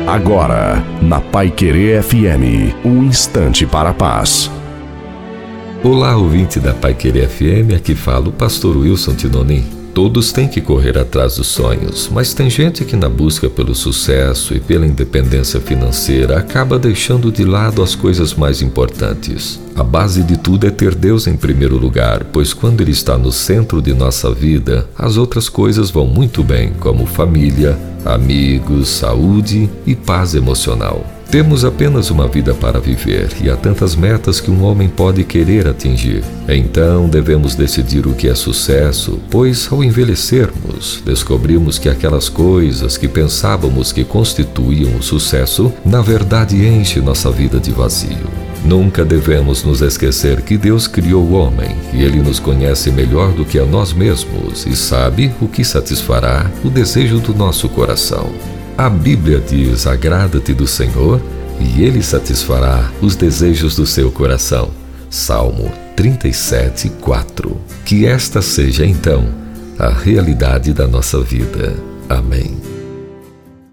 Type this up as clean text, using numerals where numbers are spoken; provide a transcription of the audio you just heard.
Agora, na Paiquerê FM, um instante para a paz. Olá, ouvinte da Paiquerê FM, aqui fala o pastor Wilson Tinonim. Todos têm que correr atrás dos sonhos, mas tem gente que na busca pelo sucesso e pela independência financeira acaba deixando de lado as coisas mais importantes. A base de tudo é ter Deus em primeiro lugar, pois quando Ele está no centro de nossa vida, as outras coisas vão muito bem, como família, amigos, saúde e paz emocional. Temos apenas uma vida para viver e há tantas metas que um homem pode querer atingir. Então devemos decidir o que é sucesso, pois ao envelhecermos, descobrimos que aquelas coisas que pensávamos que constituíam o sucesso, na verdade enchem nossa vida de vazio. Nunca devemos nos esquecer que Deus criou o homem e Ele nos conhece melhor do que a nós mesmos e sabe o que satisfará o desejo do nosso coração. A Bíblia diz: agrada-te do Senhor e Ele satisfará os desejos do seu coração. Salmo 37:4. Que esta seja então a realidade da nossa vida. Amém.